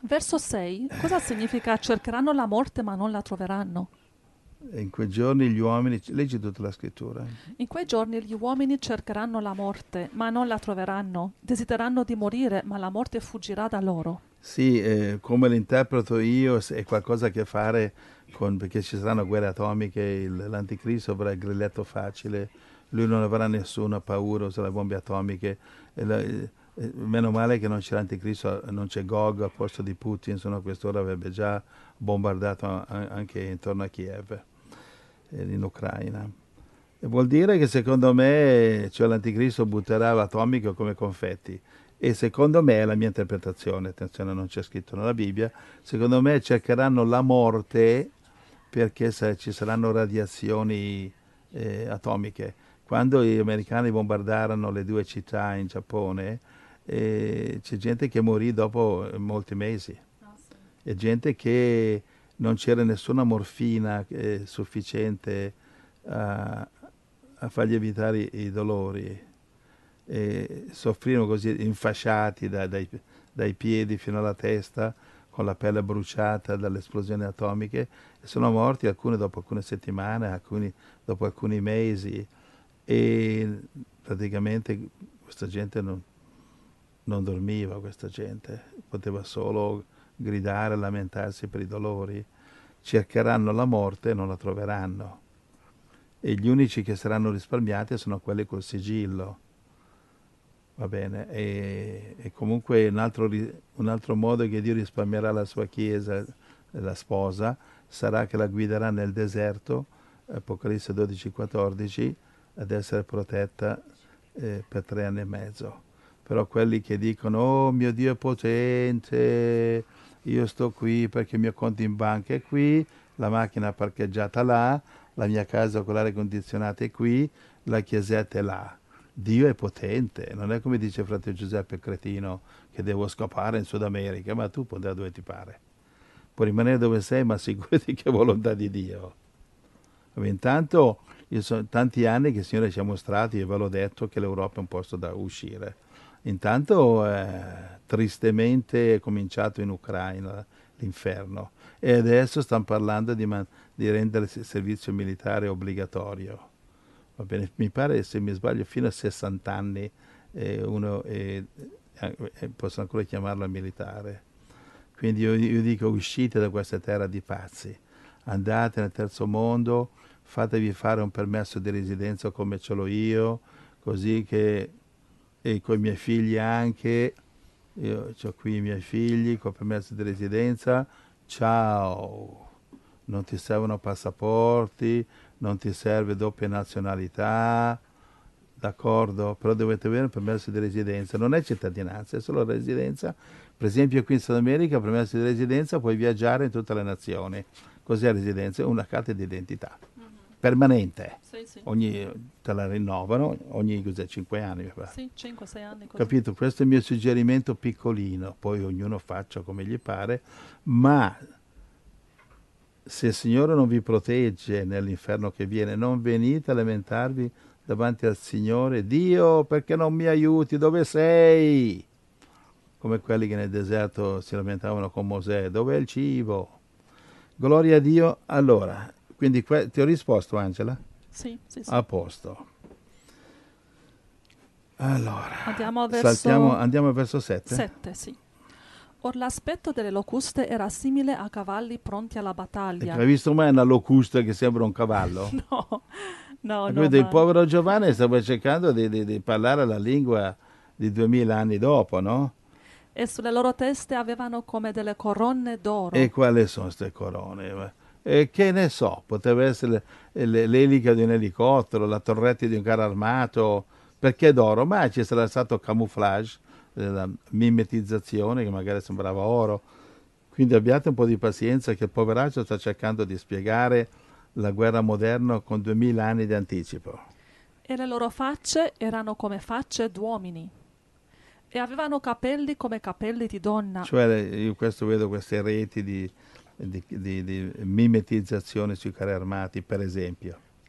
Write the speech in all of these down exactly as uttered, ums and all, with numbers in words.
Verso sei, cosa significa cercheranno la morte ma non la troveranno? E in quei giorni gli uomini, leggi tutta la scrittura. In quei giorni gli uomini cercheranno la morte ma non la troveranno, desideranno di morire ma la morte fuggirà da loro. Sì, eh, come l'interpreto io, se- è qualcosa a che fare con, perché ci saranno guerre atomiche, il- l'anticristo avrà il grilletto facile, lui non avrà nessuna paura, userà le bombe atomiche. E la- eh, eh, meno male che non c'è l'anticristo, non c'è Gog al posto di Putin, se no a quest'ora avrebbe già bombardato a- anche intorno a Kiev, eh, in Ucraina. E vuol dire che secondo me, cioè l'anticristo butterà l'atomico come confetti. E secondo me, è la mia interpretazione, attenzione, non c'è scritto nella Bibbia, secondo me cercheranno la morte perché sa- ci saranno radiazioni eh, atomiche. Quando gli americani bombardarono le due città in Giappone, eh, c'è gente che morì dopo molti mesi Ah, sì. e gente che non c'era nessuna morfina eh, sufficiente a, a fargli evitare i, i dolori. E soffrirono così infasciati da- dai, dai piedi fino alla testa, con la pelle bruciata dalle esplosioni atomiche, e sono morti alcuni dopo alcune settimane, alcuni dopo alcuni mesi, e praticamente questa gente non, non dormiva, questa gente poteva solo gridare, lamentarsi per i dolori. Cercheranno la morte e non la troveranno. E gli unici che saranno risparmiati sono quelli col sigillo. Va bene, e, e comunque un altro, ri- un altro modo che Dio risparmierà la sua Chiesa, la sposa, sarà che la guiderà nel deserto, Apocalisse dodici quattordici, ad essere protetta eh, per tre anni e mezzo. Però quelli che dicono, oh mio Dio è potente, io sto qui perché il mio conto in banca è qui, la macchina è parcheggiata là, la mia casa con l'aria condizionata è qui, la chiesetta è là. Dio è potente, non è come dice fratello Giuseppe Cretino che devo scapare in Sud America, ma tu puoi andare dove ti pare. Puoi rimanere dove sei, ma assicurati che è volontà di Dio. Vabbè, intanto, io sono tanti anni che il Signore ci ha mostrato, io ve l'ho detto, che l'Europa è un posto da uscire. Intanto, eh, tristemente è cominciato in Ucraina l'inferno e adesso stanno parlando di, man- di rendere il servizio militare obbligatorio. Va bene, mi pare, se mi sbaglio, fino a sessanta anni eh, uno eh, eh, possono ancora chiamarlo militare. Quindi io, io dico uscite da questa terra di pazzi, andate nel terzo mondo, fatevi fare un permesso di residenza come ce l'ho io, così che e con i miei figli anche, io ho qui i miei figli con permesso di residenza, ciao, non ti servono passaporti, non ti serve doppia nazionalità, d'accordo? Però dovete avere un permesso di residenza, non è cittadinanza, è solo residenza. Per esempio qui in Sud America, permesso di residenza, puoi viaggiare in tutte le nazioni. Cos'è residenza? Una carta di identità Mhm. permanente. Sì, sì. Ogni, te la rinnovano ogni cos'è, cinque anni, mi pare. Sì, cinque sei anni così. Capito? Questo è il mio suggerimento piccolino, poi ognuno faccia come gli pare, ma se il Signore non vi protegge nell'inferno che viene, non venite a lamentarvi davanti al Signore, Dio, perché non mi aiuti? Dove sei? Come quelli che nel deserto si lamentavano con Mosè, dov'è il cibo? Gloria a Dio. Allora, quindi que- ti ho risposto, Angela? Sì, sì, sì. A posto. Allora, Andiamo saltiamo, verso andiamo al verso sette. sette, sì. Or l'aspetto delle locuste era simile a cavalli pronti alla Ecco, battaglia. hai visto mai una locusta che sembra un cavallo? No, no, Ha no, capito? Il mai. povero Giovanni stava cercando di, di- di parlare la lingua di duemila anni dopo, no? E sulle loro teste avevano come delle corone E d'oro. quali sono queste corone? E che ne so, poteva essere le- l'elica di un elicottero, la torretta di un carro armato, perché d'oro? Ma ci sarà stato camouflage, eh, la mimetizzazione che magari sembrava oro. Quindi abbiate un po' di pazienza che il poveraccio sta cercando di spiegare la guerra moderna con duemila anni di anticipo. E le loro facce erano come facce d'uomini. E avevano capelli come capelli di donna. Cioè io questo vedo queste reti di, di- di- di mimetizzazione sui carri armati, per esempio.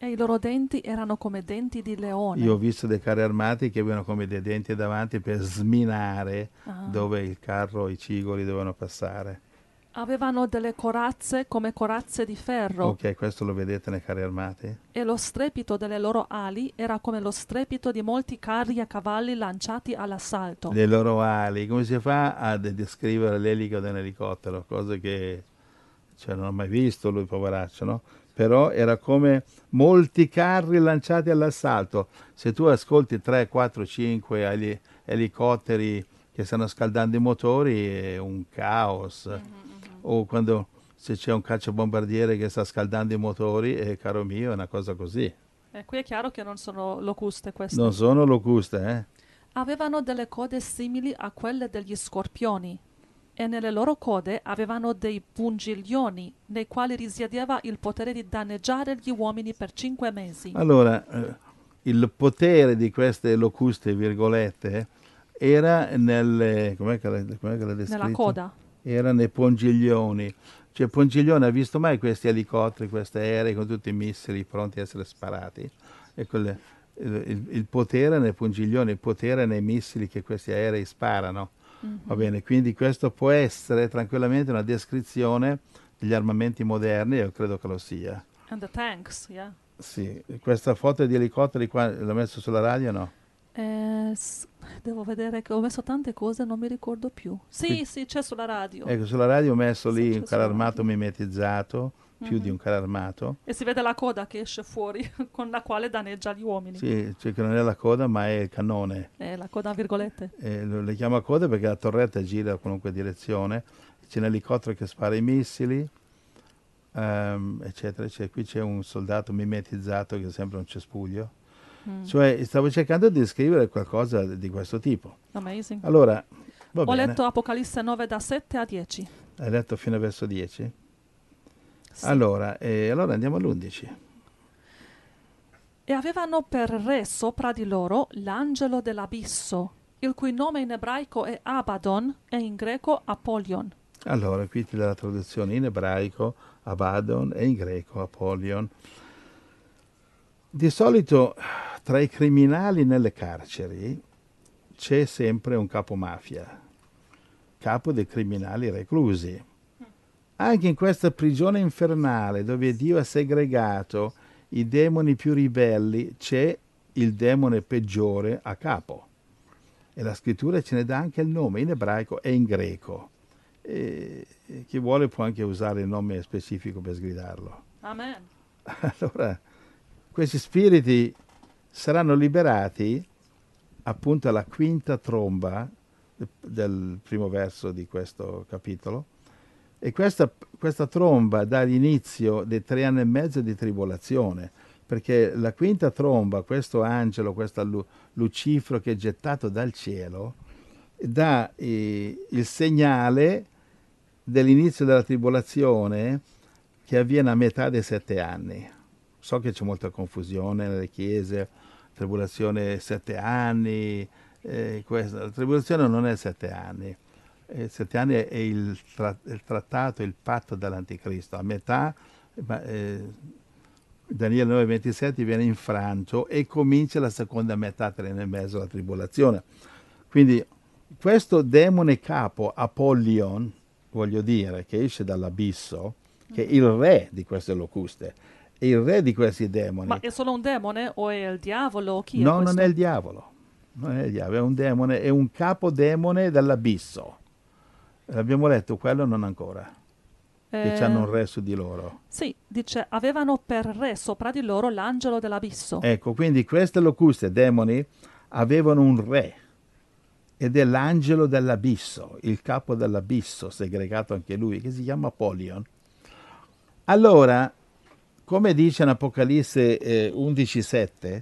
E i loro denti erano come denti di leone. Io ho visto dei carri armati che avevano come dei denti davanti per sminare Ah. dove il carro, i cigoli dovevano passare. Avevano delle corazze come corazze di ferro. Ok, questo lo vedete nei carri armati? E lo strepito delle loro ali era come lo strepito di molti carri a cavalli lanciati all'assalto. Le loro ali, come si fa a de- descrivere l'elica di un elicottero? Cose che cioè, non ho mai visto lui, poveraccio, no? Però era come molti carri lanciati all'assalto. Se tu ascolti tre, quattro, cinque eli- elicotteri che stanno scaldando i motori è un caos. Mm-hmm, mm-hmm. O quando se c'è un cacciabombardiere che sta scaldando i motori, eh, caro mio, è una cosa così. E qui è chiaro che non sono locuste queste. Non sono locuste, eh? Avevano delle code simili a quelle degli scorpioni e nelle loro code avevano dei pungiglioni nei quali risiedeva il potere di danneggiare gli uomini per cinque mesi. Allora, eh, il potere di queste locuste, virgolette, era nelle... com'è che l'ha, com'è che l'ha descritto? Nella coda. Era nei pongiglioni. Cioè, Pongiglione ha visto mai questi elicotteri, questi aerei con tutti i missili pronti a essere sparati? E quelle, il, il, il potere nei pongiglioni, il potere nei missili che questi aerei sparano. Mm-hmm. Va bene, quindi questo può essere tranquillamente una descrizione degli armamenti moderni, io credo che lo sia. And the tanks, yeah. Sì, questa foto di elicotteri qua l'ho messo sulla radio, no? Eh, s- devo vedere che ho messo tante cose, non mi ricordo più. Sì, Qui- sì, c'è sulla radio. Ecco, sulla radio ho messo Sì, lì c'è un carro sulla armato radio. mimetizzato, più Mhm. di un carro armato. E si vede la coda che esce fuori con la quale danneggia gli uomini. Sì, cioè che non è la coda ma è il cannone. Eh, la coda a virgolette. Eh, lo- le chiama coda perché la torretta gira in qualunque direzione. C'è un elicottero che spara i missili, ehm, eccetera, eccetera. Qui c'è un soldato mimetizzato che sembra un cespuglio. Mm. Cioè, stavo cercando di descrivere qualcosa di questo tipo. Amazing. Allora, va Ho bene. letto Apocalisse nove da sette a dieci. Hai letto fino al verso dieci? Sì. Allora, eh, allora andiamo all'undici. E avevano per re sopra di loro l'angelo dell'abisso, il cui nome in ebraico è Abaddon e in greco Apollyon. Allora, qui ti dà la traduzione in ebraico Abaddon e in greco Apollyon. Di solito tra i criminali nelle carceri c'è sempre un capo mafia, capo dei criminali reclusi. Anche in questa prigione infernale dove Dio ha segregato i demoni più ribelli c'è il demone peggiore a capo. E la scrittura ce ne dà anche il nome in ebraico e in greco. E chi vuole può anche usare il nome specifico per sgridarlo. Amen. Allora, questi spiriti saranno liberati appunto alla quinta tromba del primo verso di questo capitolo. E questa, questa tromba dà l'inizio dei tre anni e mezzo di tribolazione, perché la quinta tromba, questo angelo, questo Lu- Lucifero che è gettato dal cielo, dà eh, il segnale dell'inizio della tribolazione che avviene a metà dei sette anni. So che c'è molta confusione nelle chiese, tribolazione sette anni, eh, questa, la tribolazione non è sette anni. Eh, sette anni è il, tra, il trattato, il patto dell'anticristo. A metà, eh, Daniele nove ventisette viene infranto e comincia la seconda metà, tre anni e mezzo, la tribolazione. Quindi questo demone capo, Apollyon, voglio dire, che esce dall'abisso, che è il re di queste locuste, è il re di questi demoni. Ma è solo un demone o è il diavolo? Chi è No, questo? non è il diavolo. Non è il diavolo, è un demone, è un capodemone dell'abisso. L'abbiamo letto quello, non ancora. Che Eh, hanno un re su di loro. Sì, dice, avevano per re sopra di loro l'angelo dell'abisso. Ecco, quindi queste locuste, demoni, avevano un re. Ed è l'angelo dell'abisso, il capo dell'abisso, segregato anche lui, che si chiama Apollyon. Allora, come dice in Apocalisse eh, undici sette,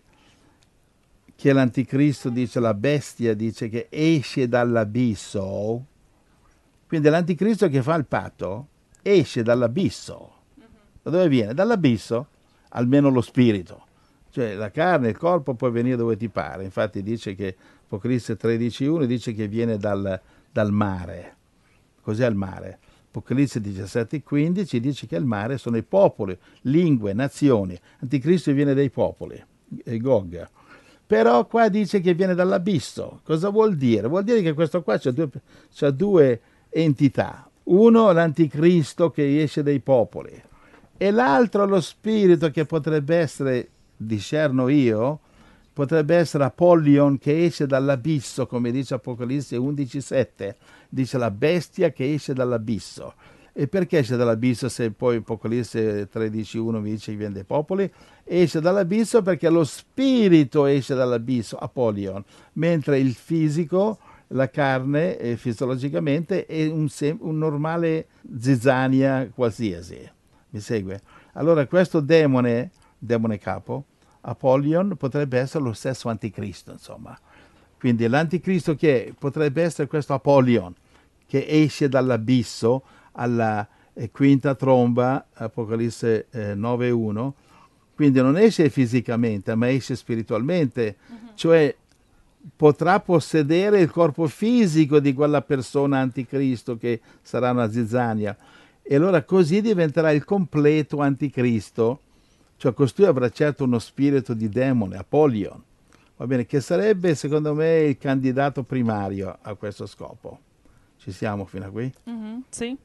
che l'anticristo dice, la bestia dice che esce dall'abisso, quindi l'anticristo che fa il patto esce dall'abisso. Da dove viene? Dall'abisso, almeno lo spirito. Cioè la carne, il corpo può venire dove ti pare. Infatti dice che, Apocalisse tredici uno dice che viene dal, dal mare. Cos'è il mare? Apocalisse diciassette quindici dice che il mare sono i popoli, lingue, nazioni. Anticristo viene dai popoli, è Gog. Però qua dice che viene dall'abisso. Cosa vuol dire? Vuol dire che questo qua c'ha due, c'ha due entità. Uno l'anticristo che esce dai popoli e l'altro lo spirito che potrebbe essere, discerno io, potrebbe essere Apollyon che esce dall'abisso, come dice Apocalisse undici sette, dice la bestia che esce dall'abisso. E perché esce dall'abisso se poi Apocalisse tredici uno mi dice che viene dai popoli? Esce dall'abisso perché lo spirito esce dall'abisso, Apollyon, mentre il fisico, la carne, eh, fisiologicamente è un, sem- un normale zizzania qualsiasi. Mi segue? Allora questo demone, demone capo, Apollyon, potrebbe essere lo stesso anticristo, insomma. Quindi l'anticristo che potrebbe essere questo Apollyon, che esce dall'abisso alla eh, quinta tromba, Apocalisse eh, nove uno, quindi non esce fisicamente, ma esce spiritualmente, uh-huh. Cioè potrà possedere il corpo fisico di quella persona anticristo che sarà una zizzania, e allora così diventerà il completo anticristo, cioè costui avrà certo uno spirito di demone, Apollyon, va bene, che sarebbe secondo me il candidato primario a questo scopo. Ci siamo fino a qui? Mm-hmm, sì.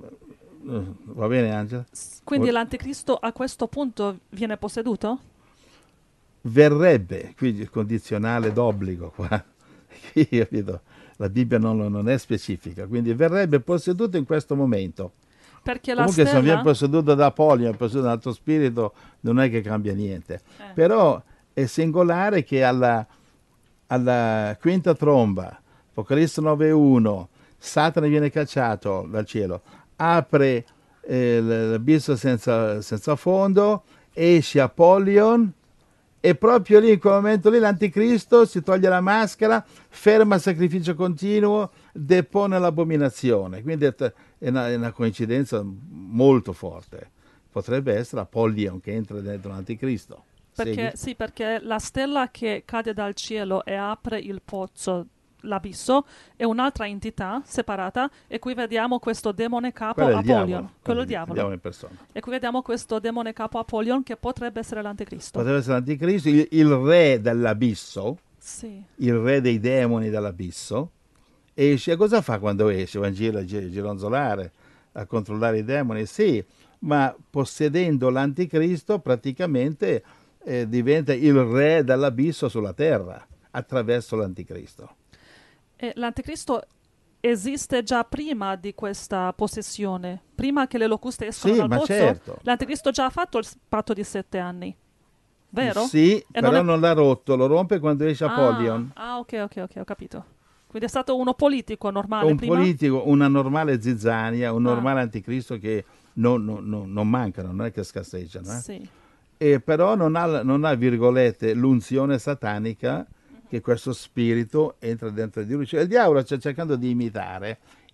Va bene, Angela? Quindi o- l'anticristo a questo punto viene posseduto? Verrebbe, quindi il condizionale d'obbligo qua, qui, capito? La Bibbia non, lo- non è specifica, quindi verrebbe posseduto in questo momento. Perché la Comunque se non viene stella... posseduto da Apollyon, posseduto da un altro spirito, non è che cambia niente. Eh. Però è singolare che alla, alla quinta tromba, Apocalisse nove uno, Satana viene cacciato dal cielo, apre eh, l'abisso senza, senza fondo, esce Apollyon, e proprio lì in quel momento lì l'anticristo si toglie la maschera, ferma il sacrificio continuo, depone l'abominazione. Quindi è una, è una coincidenza molto forte. Potrebbe essere Apollyon che entra dentro l'anticristo. Perché, Segui? sì, perché la stella che cade dal cielo e apre il pozzo, l'abisso, è un'altra entità separata, e qui vediamo questo demone capo Quello è il Apollyon, diavolo. quello è Il il diavolo. diavolo in persona. E qui vediamo questo demone capo Apollyon che potrebbe essere l'anticristo. Potrebbe essere l'anticristo, il, il re dell'abisso, Sì. il re dei demoni dell'abisso, esce. Cosa fa quando esce? Va in giro a gi- gironzolare, a controllare i demoni? Sì, ma possedendo l'anticristo praticamente eh, diventa il re dell'abisso sulla terra attraverso l'anticristo. E l'anticristo esiste già prima di questa possessione, prima che le locuste escono Sì, dal ma pozzo. certo. L'anticristo già ha fatto il patto di sette anni, vero? Sì, E però non è- non l'ha rotto, lo rompe quando esce Ah, Apollyon. ah, ok, ok, ok, ho capito. Quindi è stato uno politico normale Un prima? politico, una normale zizzania, un Ah. normale anticristo che non, non- non- non mancano, non è che scarseggiano. Eh? Sì. E però non ha, non ha, virgolette, l'unzione satanica che questo spirito entra dentro di lui. Cioè il diavolo sta cercando di imitare,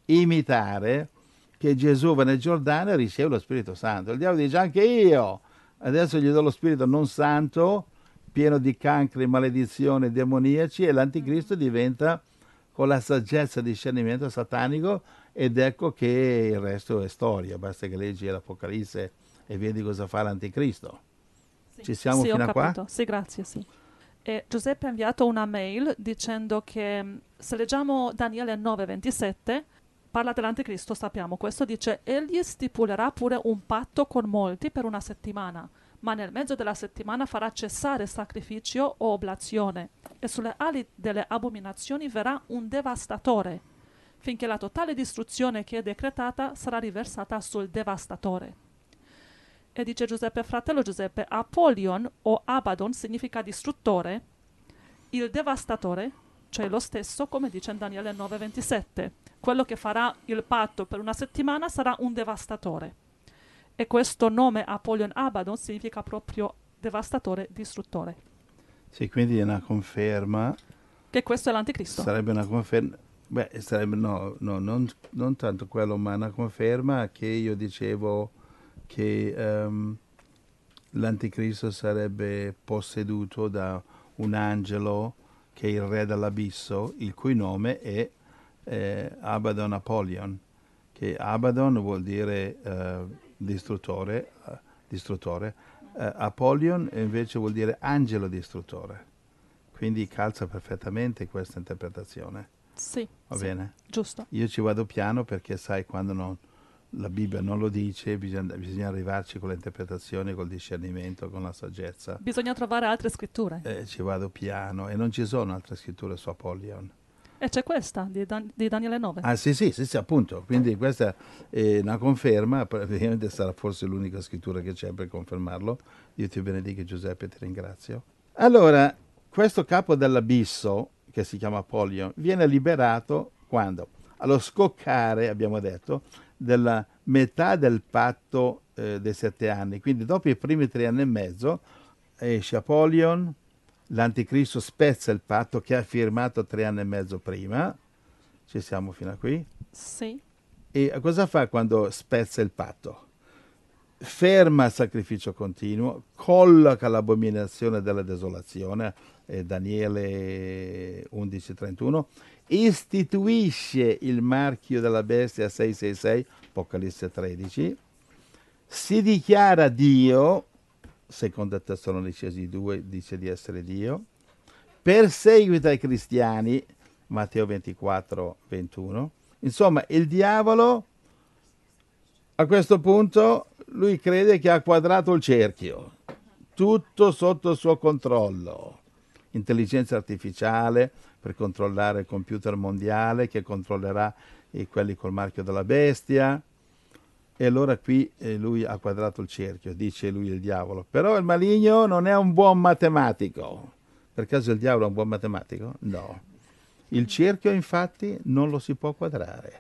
imitare che Gesù va nel Giordano e riceve lo Spirito Santo. Il diavolo dice anche io, adesso gli do lo Spirito non santo, pieno di cancri, maledizioni, demoniaci, e l'anticristo diventa con la saggezza e discernimento satanico, ed ecco che il resto è storia, basta che leggi l'Apocalisse e vedi cosa fa l'anticristo. Sì. Ci siamo Sì, fino ho a qua? capito. Sì, grazie, sì. E Giuseppe ha inviato una mail dicendo che mh, se leggiamo Daniele nove ventisette, parla dell'anticristo, sappiamo questo, dice: egli stipulerà pure un patto con molti per una settimana, ma nel mezzo della settimana farà cessare sacrificio o oblazione, e sulle ali delle abominazioni verrà un devastatore, finché la totale distruzione che è decretata sarà riversata sul devastatore. E dice Giuseppe, fratello Giuseppe, Apollyon o Abaddon significa distruttore, il devastatore, cioè lo stesso come dice in Daniele nove ventisette. Quello che farà il patto per una settimana sarà un devastatore. E questo nome Apollyon Abaddon significa proprio devastatore, distruttore. Sì, quindi è una conferma. Che questo è l'anticristo. Sarebbe una conferma. Beh, sarebbe no, no non, non tanto quello, ma una conferma che io dicevo che um, l'anticristo sarebbe posseduto da un angelo che è il re dell'abisso, il cui nome è eh, Abaddon Apollyon, che Abaddon vuol dire eh, distruttore, eh, distruttore. Eh, Apollyon invece vuol dire angelo distruttore, quindi calza perfettamente questa interpretazione. Sì, Va sì, bene? giusto. Io ci vado piano perché sai quando non, la Bibbia non lo dice bisogna, bisogna arrivarci con le interpretazioni, col discernimento, con la saggezza. Bisogna trovare altre scritture. Eh, ci vado piano e non ci sono altre scritture su Apollyon. E c'è questa di, Dan- di Daniele nove. Ah sì, sì, sì, sì, appunto, quindi questa è una conferma, praticamente sarà forse l'unica scrittura che c'è per confermarlo. Dio ti benedica Giuseppe, ti ringrazio. Allora, questo capo dell'abisso, che si chiama Apollyon, viene liberato quando? Allo scoccare, abbiamo detto, della metà del patto eh, dei sette anni, quindi dopo i primi tre anni e mezzo esce Apollyon, l'anticristo spezza il patto che ha firmato tre anni e mezzo prima, ci siamo fino a qui, Sì, e cosa fa quando spezza il patto? Ferma il sacrificio continuo, colloca l'abominazione della desolazione, eh, Daniele undici trentuno, istituisce il marchio della bestia sei sei sei, Apocalisse tredici, si dichiara Dio, seconda Tessalonicesi due dice di essere Dio, perseguita i cristiani, Matteo ventiquattro ventuno. Insomma, il diavolo a questo punto lui crede che ha quadrato il cerchio, tutto sotto il suo controllo. Intelligenza artificiale per controllare il computer mondiale che controllerà i, quelli col marchio della bestia. E allora qui eh, lui ha quadrato il cerchio, dice lui il diavolo. Però il maligno non è un buon matematico. Per caso il diavolo è un buon matematico? No. Il cerchio infatti non lo si può quadrare.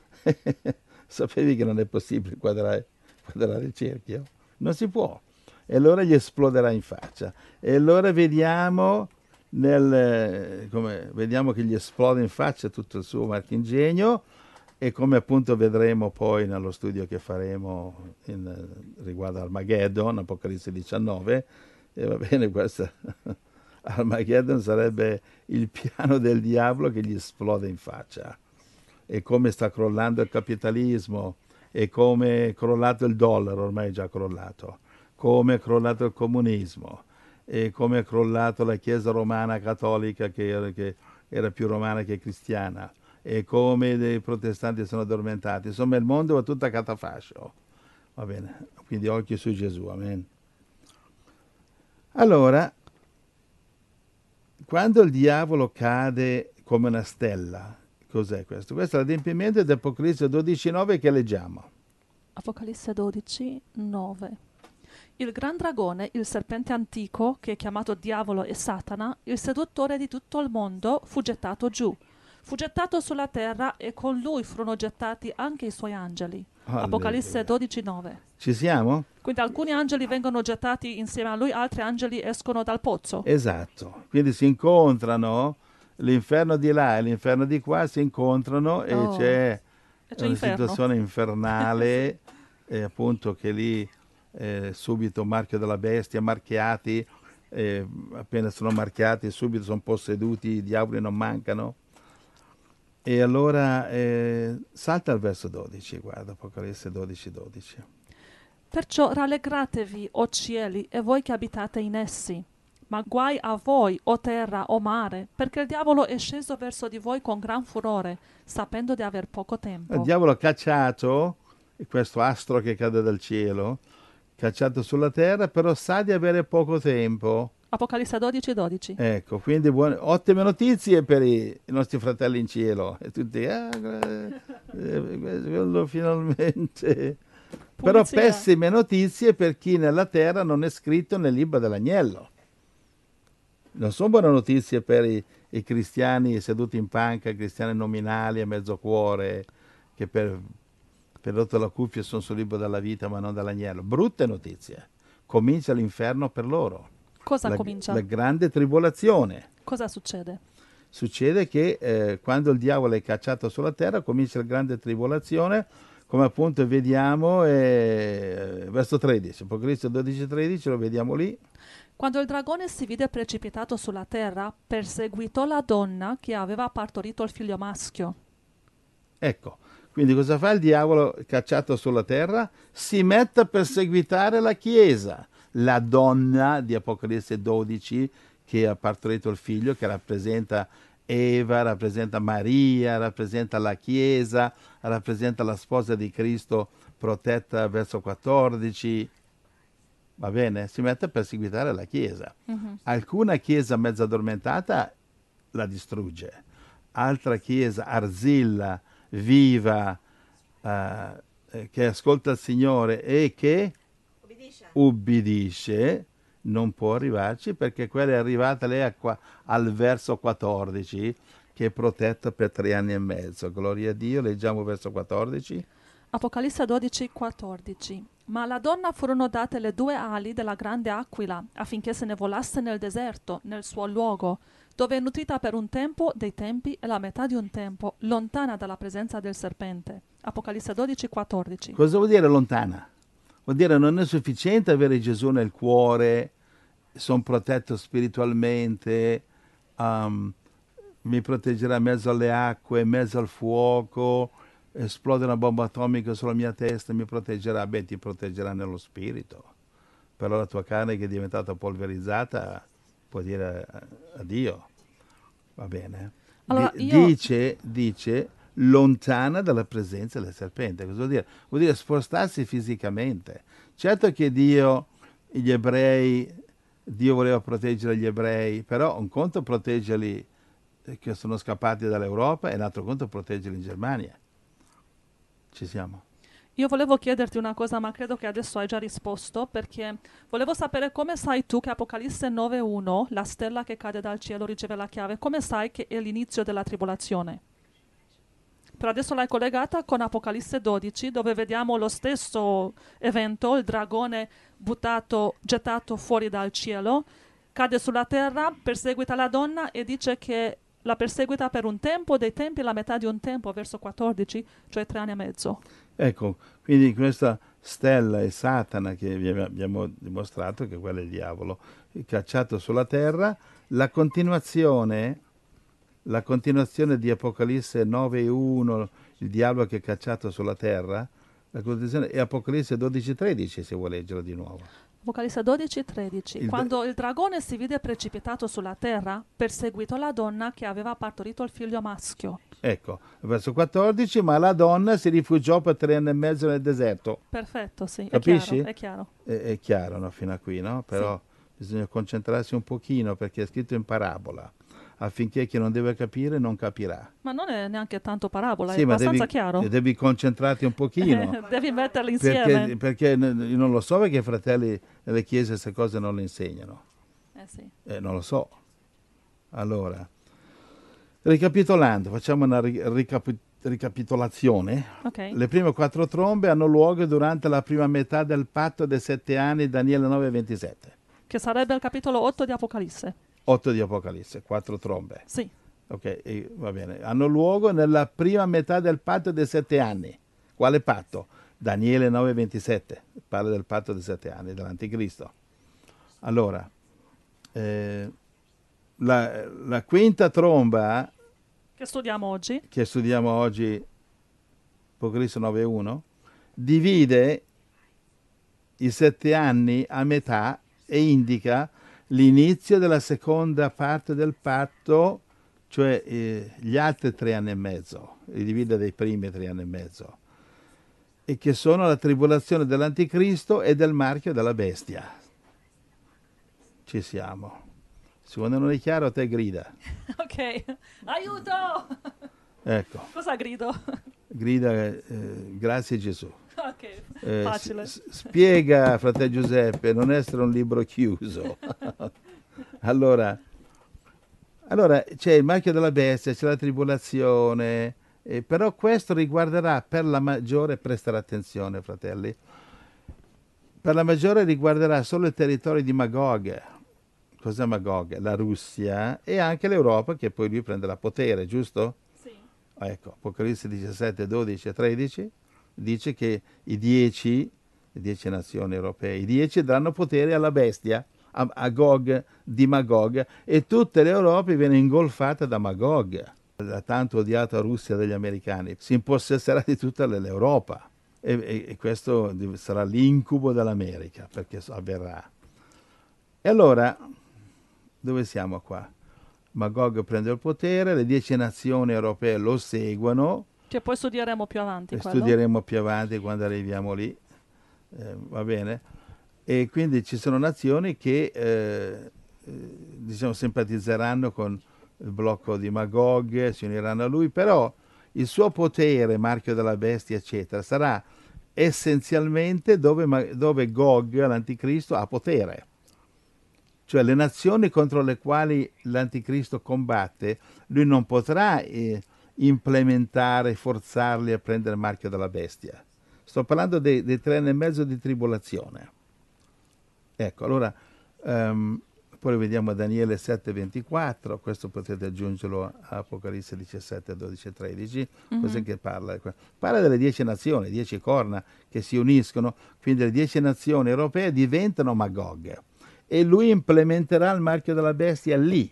Sapevi che non è possibile quadrare, quadrare il cerchio? Non si può. E allora gli esploderà in faccia. E allora vediamo, nel, come, vediamo che gli esplode in faccia tutto il suo marchingegno. E come appunto vedremo poi nello studio che faremo in, riguardo Armageddon, Apocalisse diciannove, e va bene, questo Armageddon sarebbe il piano del diavolo che gli esplode in faccia. E come sta crollando il capitalismo, e come è crollato il dollaro, ormai è già crollato, come è crollato il comunismo, e come è crollato la Chiesa romana cattolica che era, che era più romana che cristiana, e come i protestanti sono addormentati. Insomma, il mondo va tutto a catafascio. Va bene, quindi occhio su Gesù, amen. Allora, quando il diavolo cade come una stella, cos'è questo? Questo è l'adempimento di Apocalisse dodici nove che leggiamo. Apocalisse dodici nove. Il gran dragone, il serpente antico, che è chiamato Diavolo e Satana, il seduttore di tutto il mondo, fu gettato giù. Fu gettato sulla terra e con lui furono gettati anche i suoi angeli. Alleluia. Apocalisse dodici nove. Ci siamo? Quindi alcuni angeli vengono gettati insieme a lui, altri angeli escono dal pozzo. Esatto. Quindi si incontrano, l'inferno di là e l'inferno di qua si incontrano e Oh, c'è, e c'è una inferno. situazione infernale, e appunto che lì eh, subito marchio della bestia, marchiati, eh, appena sono marchiati subito sono posseduti, i diavoli non mancano. E allora eh, salta al verso dodici, guarda, Apocalisse dodici dodici. Perciò rallegratevi, o cieli, e voi che abitate in essi. Ma guai a voi, o terra, o mare, perché il diavolo è sceso verso di voi con gran furore, sapendo di aver poco tempo. Il diavolo ha cacciato questo astro che cade dal cielo, cacciato sulla terra, però sa di avere poco tempo. Apocalisse dodici dodici. Ecco, quindi buone, ottime notizie per i, i nostri fratelli in cielo. E tutti, ah, eh, quello finalmente. Però Pulizia. pessime notizie per chi nella terra non è scritto nel libro dell'agnello. Non sono buone notizie per i, i cristiani seduti in panca, cristiani nominali a mezzo cuore, che per, per rotto la cuffia sono sul libro della vita ma non dell'agnello. Brutte notizie. Comincia l'inferno per loro. Cosa La, comincia? la grande tribolazione. Cosa succede? Succede che eh, quando il diavolo è cacciato sulla terra comincia la grande tribolazione, come appunto vediamo eh, verso tredici, Apocalisse dodici tredici, lo vediamo lì. Quando il dragone si vide precipitato sulla terra, perseguitò la donna che aveva partorito il figlio maschio. Ecco, Quindi cosa fa il diavolo cacciato sulla terra? Si mette a perseguitare la Chiesa, la donna di Apocalisse dodici che ha partorito il figlio, che rappresenta Eva, rappresenta Maria, rappresenta la Chiesa, rappresenta la sposa di Cristo protetta, verso quattordici. Va bene? Si mette a perseguitare la Chiesa. Mhm. Alcuna Chiesa mezza addormentata la distrugge, altra Chiesa arzilla, viva, eh, che ascolta il Signore e che Obbedisce. ubbidisce, non può arrivarci, perché quella è arrivata lei a qua- al verso quattordici, che è protetta per tre anni e mezzo. Gloria a Dio. Leggiamo verso quattordici. Apocalisse dodici, quattordici. Ma alla donna furono date le due ali della grande aquila, affinché se ne volasse nel deserto, nel suo luogo, dove è nutrita per un tempo dei tempi e la metà di un tempo, lontana dalla presenza del serpente. Apocalisse dodici, quattordici. Cosa vuol dire lontana? Vuol dire non è sufficiente avere Gesù nel cuore, sono protetto spiritualmente, um, mi proteggerà in mezzo alle acque, in mezzo al fuoco, esplode una bomba atomica sulla mia testa, mi proteggerà. Beh, ti proteggerà nello spirito, però la tua carne che è diventata polverizzata può dire addio. Va bene? Allora, Di- io- dice, dice lontana dalla presenza del serpente. Cosa vuol dire? Vuol dire spostarsi fisicamente. Certo che Dio, gli ebrei, Dio voleva proteggere gli ebrei, però un conto proteggerli eh, che sono scappati dall'Europa e un altro conto proteggerli in Germania. Ci siamo. Io volevo chiederti una cosa, ma credo che adesso hai già risposto, perché volevo sapere come sai tu che Apocalisse nove uno, la stella che cade dal cielo riceve la chiave, come sai che è l'inizio della tribolazione? Per adesso l'hai collegata con Apocalisse dodici, dove vediamo lo stesso evento, il dragone buttato, gettato fuori dal cielo, cade sulla terra, perseguita la donna e dice che la perseguita per un tempo, dei tempi, la metà di un tempo, verso quattordici, cioè tre anni e mezzo. Ecco, quindi questa stella è Satana, che vi abbiamo dimostrato che quello è il diavolo, cacciato sulla terra. La continuazione, la continuazione di Apocalisse nove uno, il diavolo che è cacciato sulla terra, la continuazione è Apocalisse dodici tredici, se vuoi leggerlo di nuovo. Apocalisse dodici tredici. Il- Quando il dragone si vide precipitato sulla terra, perseguitò la donna che aveva partorito il figlio maschio. Ecco, verso quattordici, ma la donna si rifugiò per tre anni e mezzo nel deserto. Perfetto, sì, Capisci? è chiaro, è chiaro. È, è chiaro, no? Fino a qui, no? Però bisogna concentrarsi un pochino, perché è scritto in parabola, affinché chi non deve capire non capirà. Ma non è neanche tanto parabola, Sì, è ma abbastanza devi, chiaro. devi concentrarti un pochino. Devi metterli insieme. perché, perché n- io non lo so, perché i fratelli nelle chiese queste cose non le insegnano. Eh sì. Eh, non lo so. Allora, ricapitolando, facciamo una ri- ricapi- ricapitolazione. Ok. Le prime quattro trombe hanno luogo durante la prima metà del patto dei sette anni, Daniele nove ventisette. Che sarebbe il capitolo otto di Apocalisse. otto di Apocalisse, quattro trombe. Sì. Ok, e va bene. Hanno luogo nella prima metà del patto dei sette anni. Quale patto? Daniele nove ventisette, parla del patto dei sette anni dell'Anticristo. Allora, eh, la, la quinta tromba Che studiamo oggi. che studiamo oggi, Apocalisse nove uno, divide i sette anni a metà e indica l'inizio della seconda parte del patto, cioè eh, gli altri tre anni e mezzo, li divide dai primi tre anni e mezzo, e che sono la tribolazione dell'Anticristo e del marchio della bestia. Ci siamo. Se quando non è chiaro, te grida. Ok. Aiuto! Ecco, Cosa grido? grida eh, grazie Gesù. Ok, Eh, facile. s- spiega, fratello Giuseppe, non essere un libro chiuso. allora, allora, c'è il marchio della bestia, c'è la tribolazione, eh, però questo riguarderà per la maggiore, prestare attenzione fratelli, per la maggiore riguarderà solo il territorio di Magog. Cos'è Magog? La Russia e anche l'Europa, che poi lui prenderà potere, giusto? Sì. Ah, ecco, Apocalisse diciassette, dodici e tredici dice che i dieci, le dieci nazioni europee, i dieci daranno potere alla bestia, a, a Gog, di Magog, e tutta l'Europa viene ingolfata da Magog. la tanto odiata Russia degli americani, si impossesserà di tutta l'Europa e, e, e questo sarà l'incubo dell'America, perché avverrà. E allora, dove siamo qua? Magog prende il potere, le dieci nazioni europee lo seguono. Che poi studieremo più avanti. E quello. studieremo più avanti quando arriviamo lì, eh, va bene? E quindi ci sono nazioni che eh, eh, diciamo simpatizzeranno con il blocco di Magog, si uniranno a lui, però il suo potere, marchio della bestia, eccetera, sarà essenzialmente dove, dove Gog, l'anticristo, ha potere. Cioè le nazioni contro le quali l'anticristo combatte, lui non potrà eh, implementare, forzarli a prendere il marchio della bestia. Sto parlando dei, dei tre anni e mezzo di tribolazione. Ecco, allora, um, poi vediamo Daniele sette ventiquattro, questo potete aggiungerlo a Apocalisse diciassette dodici e tredici, mm-hmm. Cos'è che parla? Parla delle dieci nazioni, dieci corna che si uniscono, quindi le dieci nazioni europee diventano Magog e lui implementerà il marchio della bestia lì.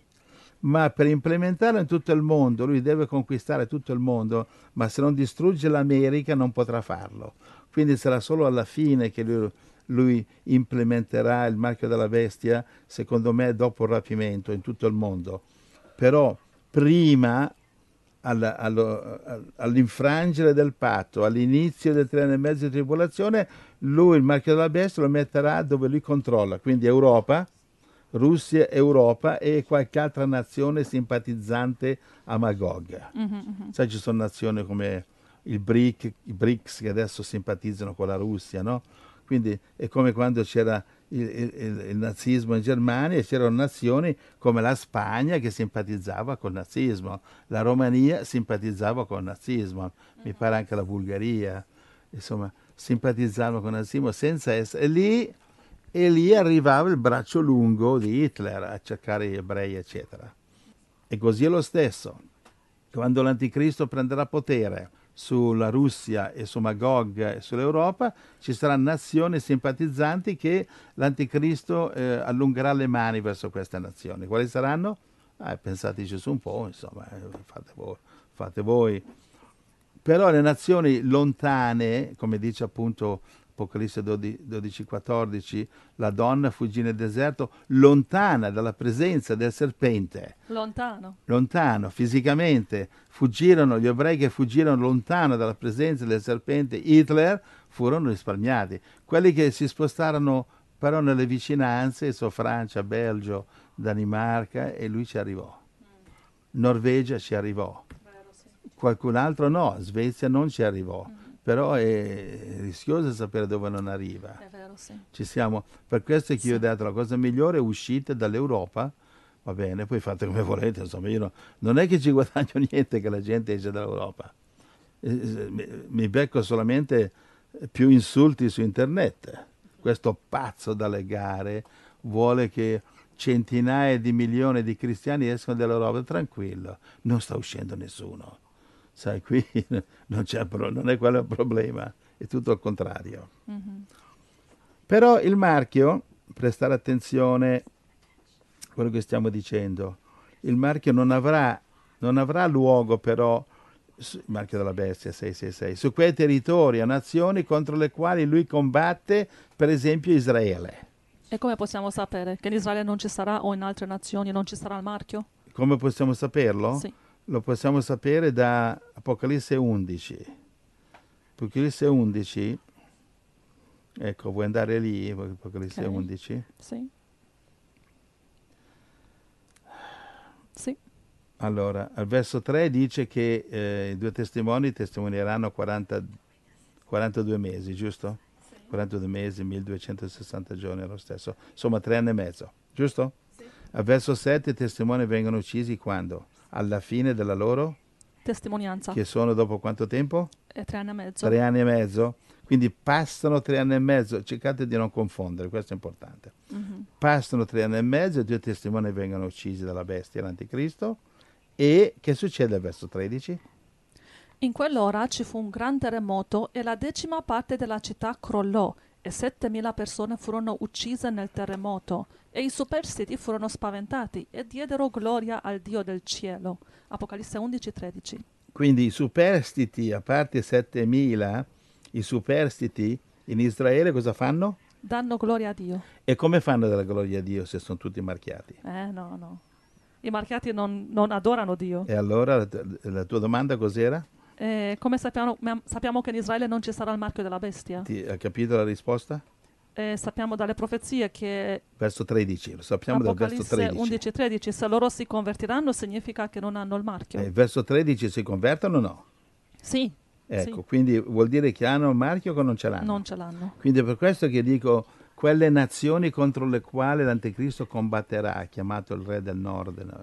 Ma per implementarlo in tutto il mondo, lui deve conquistare tutto il mondo, ma se non distrugge l'America non potrà farlo. Quindi sarà solo alla fine che lui, lui implementerà il marchio della bestia, secondo me dopo il rapimento in tutto il mondo. Però prima, alla, allo, all'infrangere del patto, all'inizio del tre anni e mezzo di tribolazione, lui il marchio della bestia lo metterà dove lui controlla, quindi Europa, Russia, Europa e qualche altra nazione simpatizzante a Magog. Mm-hmm. Sai, ci sono nazioni come il B R I C, i B R I C S che adesso simpatizzano con la Russia, no? Quindi è come quando c'era il, il, il nazismo in Germania e c'erano nazioni come la Spagna che simpatizzava col nazismo, la Romania simpatizzava col nazismo, mm-hmm. Mi pare anche la Bulgaria, insomma, simpatizzavano con il nazismo senza essere lì. E lì arrivava il braccio lungo di Hitler a cercare gli ebrei, eccetera. E così è lo stesso. Quando l'anticristo prenderà potere sulla Russia e su Magog e sull'Europa, ci saranno nazioni simpatizzanti che l'anticristo eh, allungherà le mani verso queste nazioni. Quali saranno? Eh, pensateci su un po', insomma, eh, fate voi, fate voi. Però le nazioni lontane, come dice appunto Apocalisse dodici quattordici, la donna fuggì nel deserto lontana dalla presenza del serpente. Lontano. Lontano, fisicamente. Fuggirono, gli ebrei che fuggirono lontano dalla presenza del serpente Hitler furono risparmiati. Quelli che si spostarono però nelle vicinanze, so Francia, Belgio, Danimarca, e lui ci arrivò. Norvegia ci arrivò. Vero, sì. Qualcun altro no, Svezia non ci arrivò. Mm. Però è rischioso sapere dove non arriva. È vero, sì. Ci siamo. Per questo è che sì. io ho detto la cosa migliore è uscite dall'Europa, va bene, poi fate come volete, insomma, io no, non è che ci guadagno niente che la gente esce dall'Europa. Eh, mi, mi becco solamente più insulti su internet. Questo pazzo da legare vuole che centinaia di milioni di cristiani escano dall'Europa. Tranquillo, non sta uscendo nessuno. Sai, qui non, c'è, non è quello il problema, è tutto il contrario. Mm-hmm. Però il marchio, prestare attenzione a quello che stiamo dicendo, il marchio non avrà, non avrà luogo però, il marchio della bestia sei sei sei, su quei territori o nazioni contro le quali lui combatte, per esempio Israele. E come possiamo sapere che in Israele non ci sarà o in altre nazioni non ci sarà il marchio? Come possiamo saperlo? Sì. Lo possiamo sapere da Apocalisse undici. Apocalisse undici, ecco, vuoi andare lì, Apocalisse okay. undici? Sì. Sì. Allora, al verso tre dice che eh, i due testimoni testimonieranno quaranta, quarantadue mesi, giusto? Sì. quarantadue mesi, milleduecentosessanta giorni è lo stesso. Insomma, tre anni e mezzo, giusto? Sì. Al verso sette i testimoni vengono uccisi quando? Alla fine della loro testimonianza. Che sono dopo quanto tempo? E tre anni e mezzo. Tre anni e mezzo. Quindi passano tre anni e mezzo. Cercate di non confondere, questo è importante. Mm-hmm. Passano tre anni e mezzo e due testimoni vengono uccisi dalla bestia, l'anticristo. E che succede al verso tredici? In quell'ora ci fu un gran terremoto e la decima parte della città crollò e settemila persone furono uccise nel terremoto, e i superstiti furono spaventati e diedero gloria al Dio del cielo. Apocalisse undici tredici. Quindi i superstiti, a parte settemila, i superstiti in Israele cosa fanno? Danno gloria a Dio. E come fanno della gloria a Dio se sono tutti marchiati? Eh no, no. I marchiati non, non adorano Dio. E allora la, la tua domanda cos'era? Eh, come sappiamo, sappiamo che in Israele non ci sarà il marchio della bestia? Ti, hai capito la risposta? Eh, sappiamo dalle profezie che Verso tredici, lo sappiamo dal verso Apocalisse tredici. undici tredici, se loro si convertiranno significa che non hanno il marchio. Eh, verso tredici si convertono o no? Sì. Ecco, sì. quindi vuol dire che hanno il marchio o non ce l'hanno? Non ce l'hanno. Quindi è per questo che dico quelle nazioni contro le quali l'Anticristo combatterà, chiamato il re del nord, no?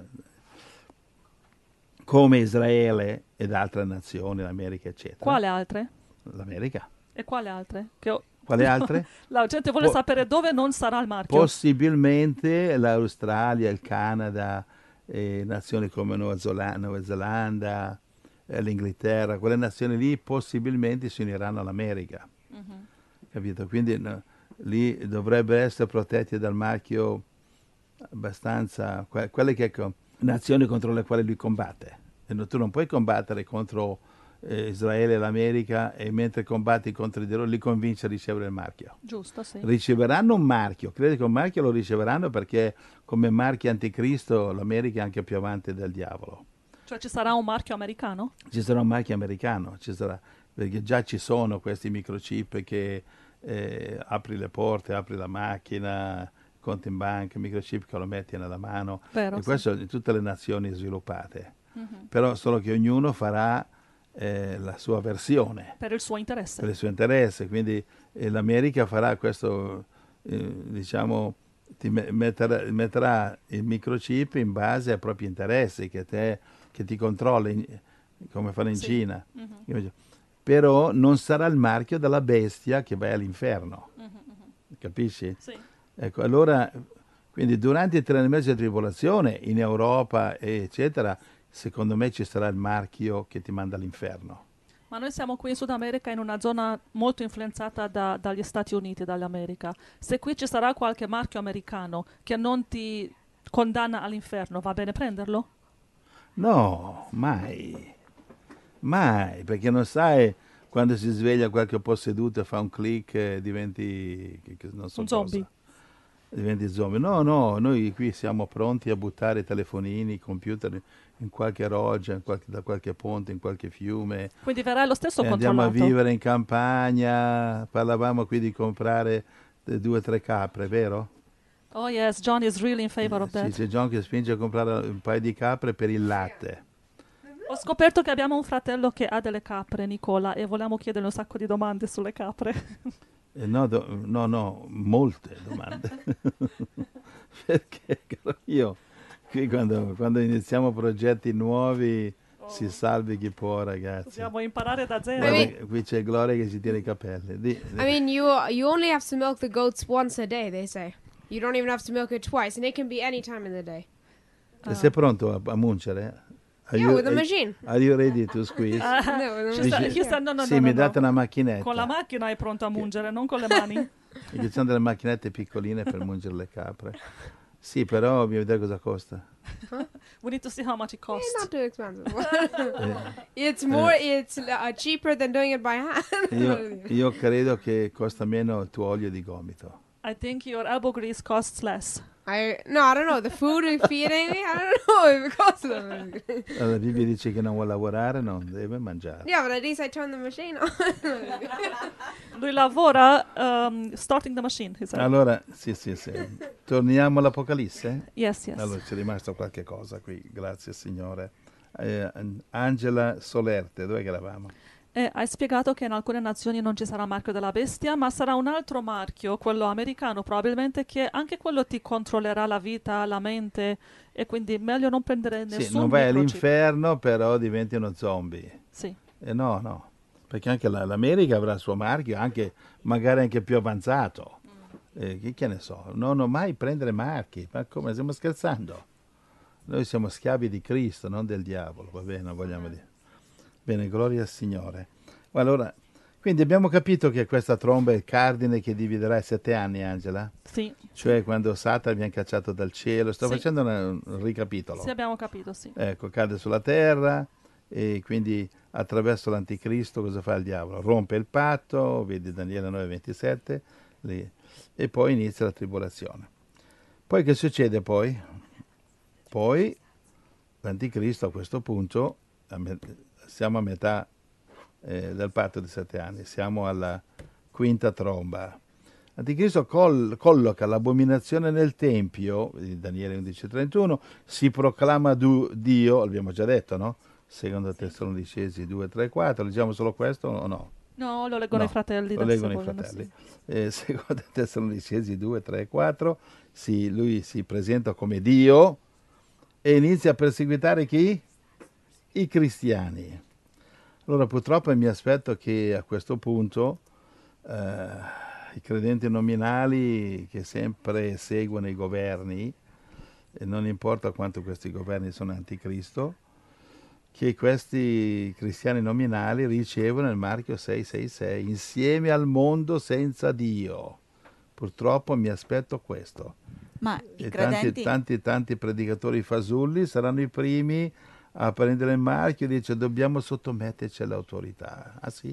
Come Israele ed altre nazioni, l'America, eccetera. Quale altre? L'America. E quale altre? Che ho... Quale altre? La gente vuole Po- sapere dove non sarà il marchio. Possibilmente l'Australia, il Canada, eh, nazioni come Nuova Zelanda, Nuova Zelanda eh, l'Inghilterra, quelle nazioni lì possibilmente si uniranno all'America. Mhm. Capito? Quindi no, lì dovrebbero essere protetti dal marchio abbastanza, que- quelle che ecco, nazioni contro le quali lui combatte. E no, tu non puoi combattere contro eh, Israele e l'America e mentre combatti contro di loro li convinci a ricevere il marchio. Giusto, sì. Riceveranno un marchio, credo che un marchio lo riceveranno perché come marchio anticristo l'America è anche più avanti del diavolo. Cioè ci sarà un marchio americano? Ci sarà un marchio americano, ci sarà, perché già ci sono questi microchip che eh, apri le porte, apri la macchina, conti in banca, microchip che lo metti nella mano. Vero, E sì. questo in tutte le nazioni sviluppate. Mhm. Però solo che ognuno farà eh, la sua versione Per il suo interesse. per il suo interesse. Quindi eh, l'America farà questo, eh, diciamo, ti me- metterà, metterà il microchip in base ai propri interessi, che, te, che ti controlla, in- come fanno in Sì. Cina. Mhm. Però non sarà il marchio della bestia che vai all'inferno. Mhm, mhm. Capisci? Sì. Ecco, allora, quindi durante i tre anni e mezzo di tribolazione, in Europa, eccetera, secondo me ci sarà il marchio che ti manda all'inferno. Ma noi siamo qui in Sud America in una zona molto influenzata da- dagli Stati Uniti, dall'America. Se qui ci sarà qualche marchio americano che non ti condanna all'inferno, va bene prenderlo? No, mai. Mai, perché non sai quando si sveglia qualche posseduto e fa un click e diventi che- che non so Un zombie. cosa. Diventi zombie. No, no, noi qui siamo pronti a buttare i telefonini, i computer in qualche roggia, in qualche- da qualche ponte, in qualche fiume. Quindi verrà lo stesso E andiamo a controllato. vivere in campagna. Parlavamo qui di comprare eh, due o tre capre, vero? Oh yes, John is really in favor of Sì, that. c'è John che spinge a comprare un paio di capre per il latte. Ho scoperto che abbiamo un fratello che ha delle capre, Nicola, e volevamo chiedergli un sacco di domande sulle capre. Eh, no, do- no, no, molte domande. Perché caro io, qui quando, quando iniziamo progetti nuovi si salvi chi può, ragazzi. Dobbiamo imparare da zero. Guarda, Maybe- che qui c'è Gloria che si tira i capelli. Di- I mean, you you only have to milk the goats once a day. They say you don't even have to milk it twice, and it can be any time in the day. E sei pronto a, a muncere? Are Yeah, you- with a are- machine. Are you ready to squeeze? Ah, No, with a she Dici- said- he said, no, no, sì, no, mi no, date no. una macchinetta. Con la macchina è pronto a mungere, non con le mani. Perché ci sono delle macchinette piccoline per mungere le capre. Sì, però bisogna vedere cosa costa. We need to see how much it It's costs. not too expensive. Eh, It's more. It's uh, cheaper than doing it by hand. io, io credo che costa meno il tuo olio di gomito. I think your elbow grease costs less. I no, I don't know. The food we're feeding me, I don't know if it costs them. Allora, la Bibbia dice che non vuole lavorare, non deve mangiare. Yeah, but at least I turn the machine on. Lui lavora um, starting the machine, he said. Allora, sì, sì, sì. Torniamo all'Apocalisse? Yes, yes. Allora, c'è rimasto qualche cosa qui, grazie Signore. Eh, Angela Solerte, dove che eravamo? E hai spiegato che in alcune nazioni non ci sarà marchio della bestia, ma sarà un altro marchio, quello americano probabilmente, che anche quello ti controllerà la vita, la mente, e quindi meglio non prendere nessun Sì, non vai microchip. all'inferno, però diventi uno zombie. Sì. Eh, no, no, perché anche la- l'America avrà il suo marchio, anche, magari anche più avanzato. Eh, che, che ne so, non ho mai prendere marchi, ma come, stiamo scherzando? Noi siamo schiavi di Cristo, non del diavolo, va bene, non vogliamo dire. Bene, gloria al Signore. Allora, Quindi abbiamo capito che questa tromba è il cardine che dividerà i sette anni, Angela? Sì, Cioè quando Satana viene cacciato dal cielo. Sto Sì. facendo una- un ricapitolo. sì, abbiamo capito, sì. Ecco, cade sulla terra e quindi attraverso l'anticristo cosa fa il diavolo? Rompe il patto, vedi Daniele nove ventisette, lì, e poi inizia la tribolazione. Poi che succede poi? Poi l'anticristo a questo punto, a me- siamo a metà eh, del patto di sette anni, siamo alla quinta tromba. L'anticristo col- colloca l'abominazione nel Tempio, di Daniele undici trentuno, si proclama du- Dio, l'abbiamo già detto, no? Secondo Tessalonicesi due, tre, quattro, leggiamo solo questo o no? No, lo leggono No, i fratelli. lo da leggono i vogliono, fratelli. sì. Eh, secondo Tessalonicesi due, tre, quattro, si- lui si presenta come Dio e inizia a perseguitare chi? I cristiani. Allora purtroppo mi aspetto che a questo punto eh, i credenti nominali che sempre seguono i governi, e non importa quanto questi governi sono anticristo, che questi cristiani nominali ricevono il marchio sei sei sei insieme al mondo senza Dio. Purtroppo mi aspetto questo. Ma i E tanti, credenti, tanti, tanti predicatori fasulli saranno i primi a prendere il marchio e dice dobbiamo sottometterci all'autorità. Ah sì?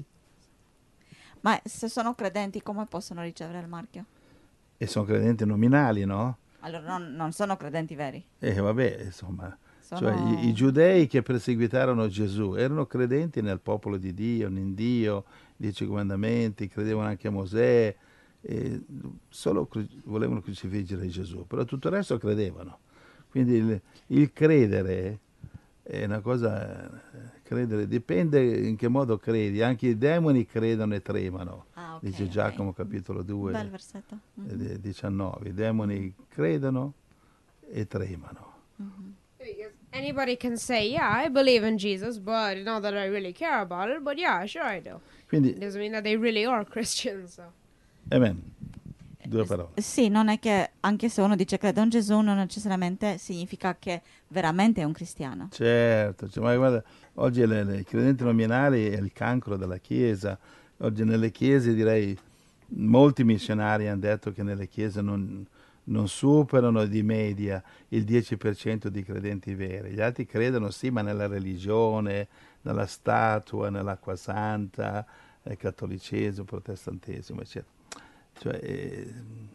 ma se sono credenti, come possono ricevere il marchio? E sono credenti nominali, no? Allora non, non sono credenti veri. E vabbè, insomma, Sono... cioè, i, i giudei che perseguitarono Gesù erano credenti nel popolo di Dio, in Dio, dieci comandamenti, credevano anche a Mosè, e solo cru- volevano crucifiggere Gesù, però tutto il resto credevano. Quindi il, il credere è una cosa, eh, credere dipende in che modo credi, anche i demoni credono e tremano, Ah, ok, dice ok. Giacomo capitolo Bel due, versetto. Mhm, eh, diciannove, i demoni credono e tremano. mhm. Because anybody can say, yeah, I believe in Jesus, but not that I really care about it. But yeah, sure I do. It Quindi, doesn't mean that they really are Christians. So. amen, due parole. Sì, non è che anche se uno dice credo in Gesù, non necessariamente significa che veramente è un cristiano. Certo, cioè, ma guarda, oggi le, le- i credenti nominali è il cancro della Chiesa. Oggi nelle chiese, direi, molti missionari hanno detto che nelle chiese non, non superano di media il dieci per cento di credenti veri. Gli altri credono sì, ma nella religione, nella statua, nell'acqua santa, nel cattolicesimo, protestantesimo, eccetera. Cioè, eh,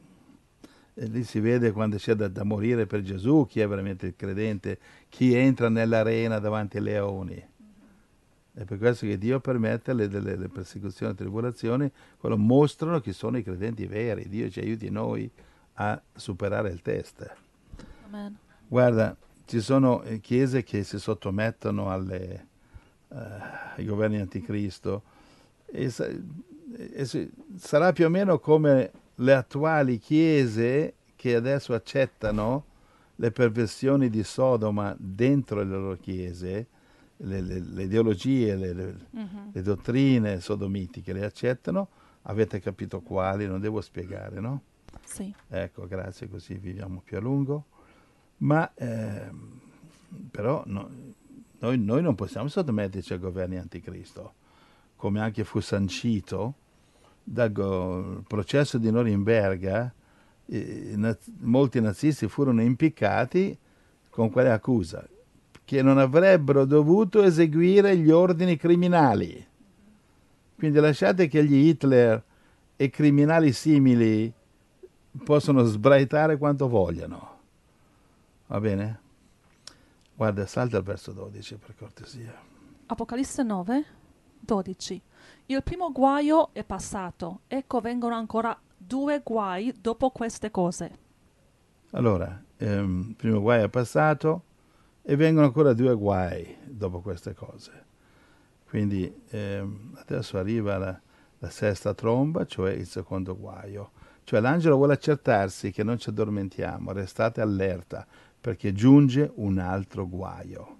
e lì si vede quando c'è da, da morire per Gesù chi è veramente il credente, chi entra nell'arena davanti ai leoni. È per questo che Dio permette le, le, le persecuzioni e tribolazioni, quello mostrano chi sono i credenti veri. Dio ci aiuti noi a superare il test. Amen. Guarda, ci sono eh, chiese che si sottomettono alle, eh, ai governi anticristo e, sa- e si- sarà più o meno come le attuali chiese che adesso accettano le perversioni di Sodoma dentro le loro chiese, le, le- le ideologie, le, le- Mhm. le dottrine sodomitiche le accettano. Avete capito quali? Non devo spiegare, no? Sì. Ecco, grazie, così viviamo più a lungo. Ma ehm, però no- noi, noi non possiamo sottometterci ai governi anticristo, come anche fu sancito dal go- processo di Norimberga. eh, naz- molti nazisti furono impiccati con quale accusa? Che non avrebbero dovuto eseguire gli ordini criminali. Quindi lasciate che gli Hitler e criminali simili possono sbraitare quanto vogliono. Va bene? Guarda, salta al verso dodici per cortesia. Apocalisse nove, dodici. Il primo guaio è passato, ecco vengono ancora due guai dopo queste cose. Allora, ehm, il primo guai è passato e vengono ancora due guai dopo queste cose. Quindi ehm, adesso arriva la, la sesta tromba, cioè il secondo guaio. Cioè l'angelo vuole accertarsi che non ci addormentiamo, restate allerta, perché giunge un altro guaio.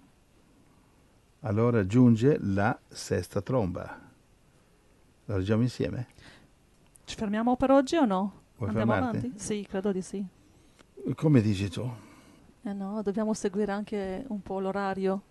Allora giunge la sesta tromba. Lo leggiamo insieme? Ci fermiamo per oggi o no? Vuoi Andiamo fermarti? avanti? Sì, credo di sì. Come dici tu? Eh no, dobbiamo seguire anche un po' l'orario.